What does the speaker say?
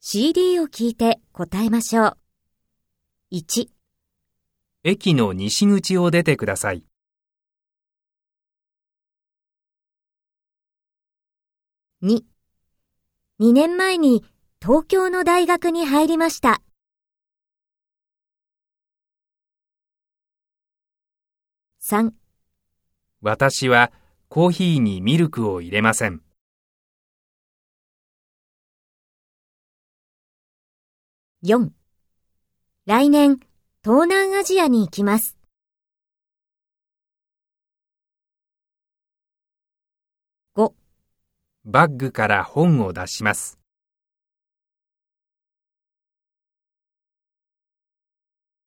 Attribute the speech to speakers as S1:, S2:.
S1: CD を聞いて答えましょう。1、
S2: 駅の西口を出てください。
S1: 2、2年前に東京の大学に入りました。3、
S2: 私はコーヒーにミルクを入れません。
S1: 4、来年、東南アジアに行きます。5、
S2: バッグから本を出します。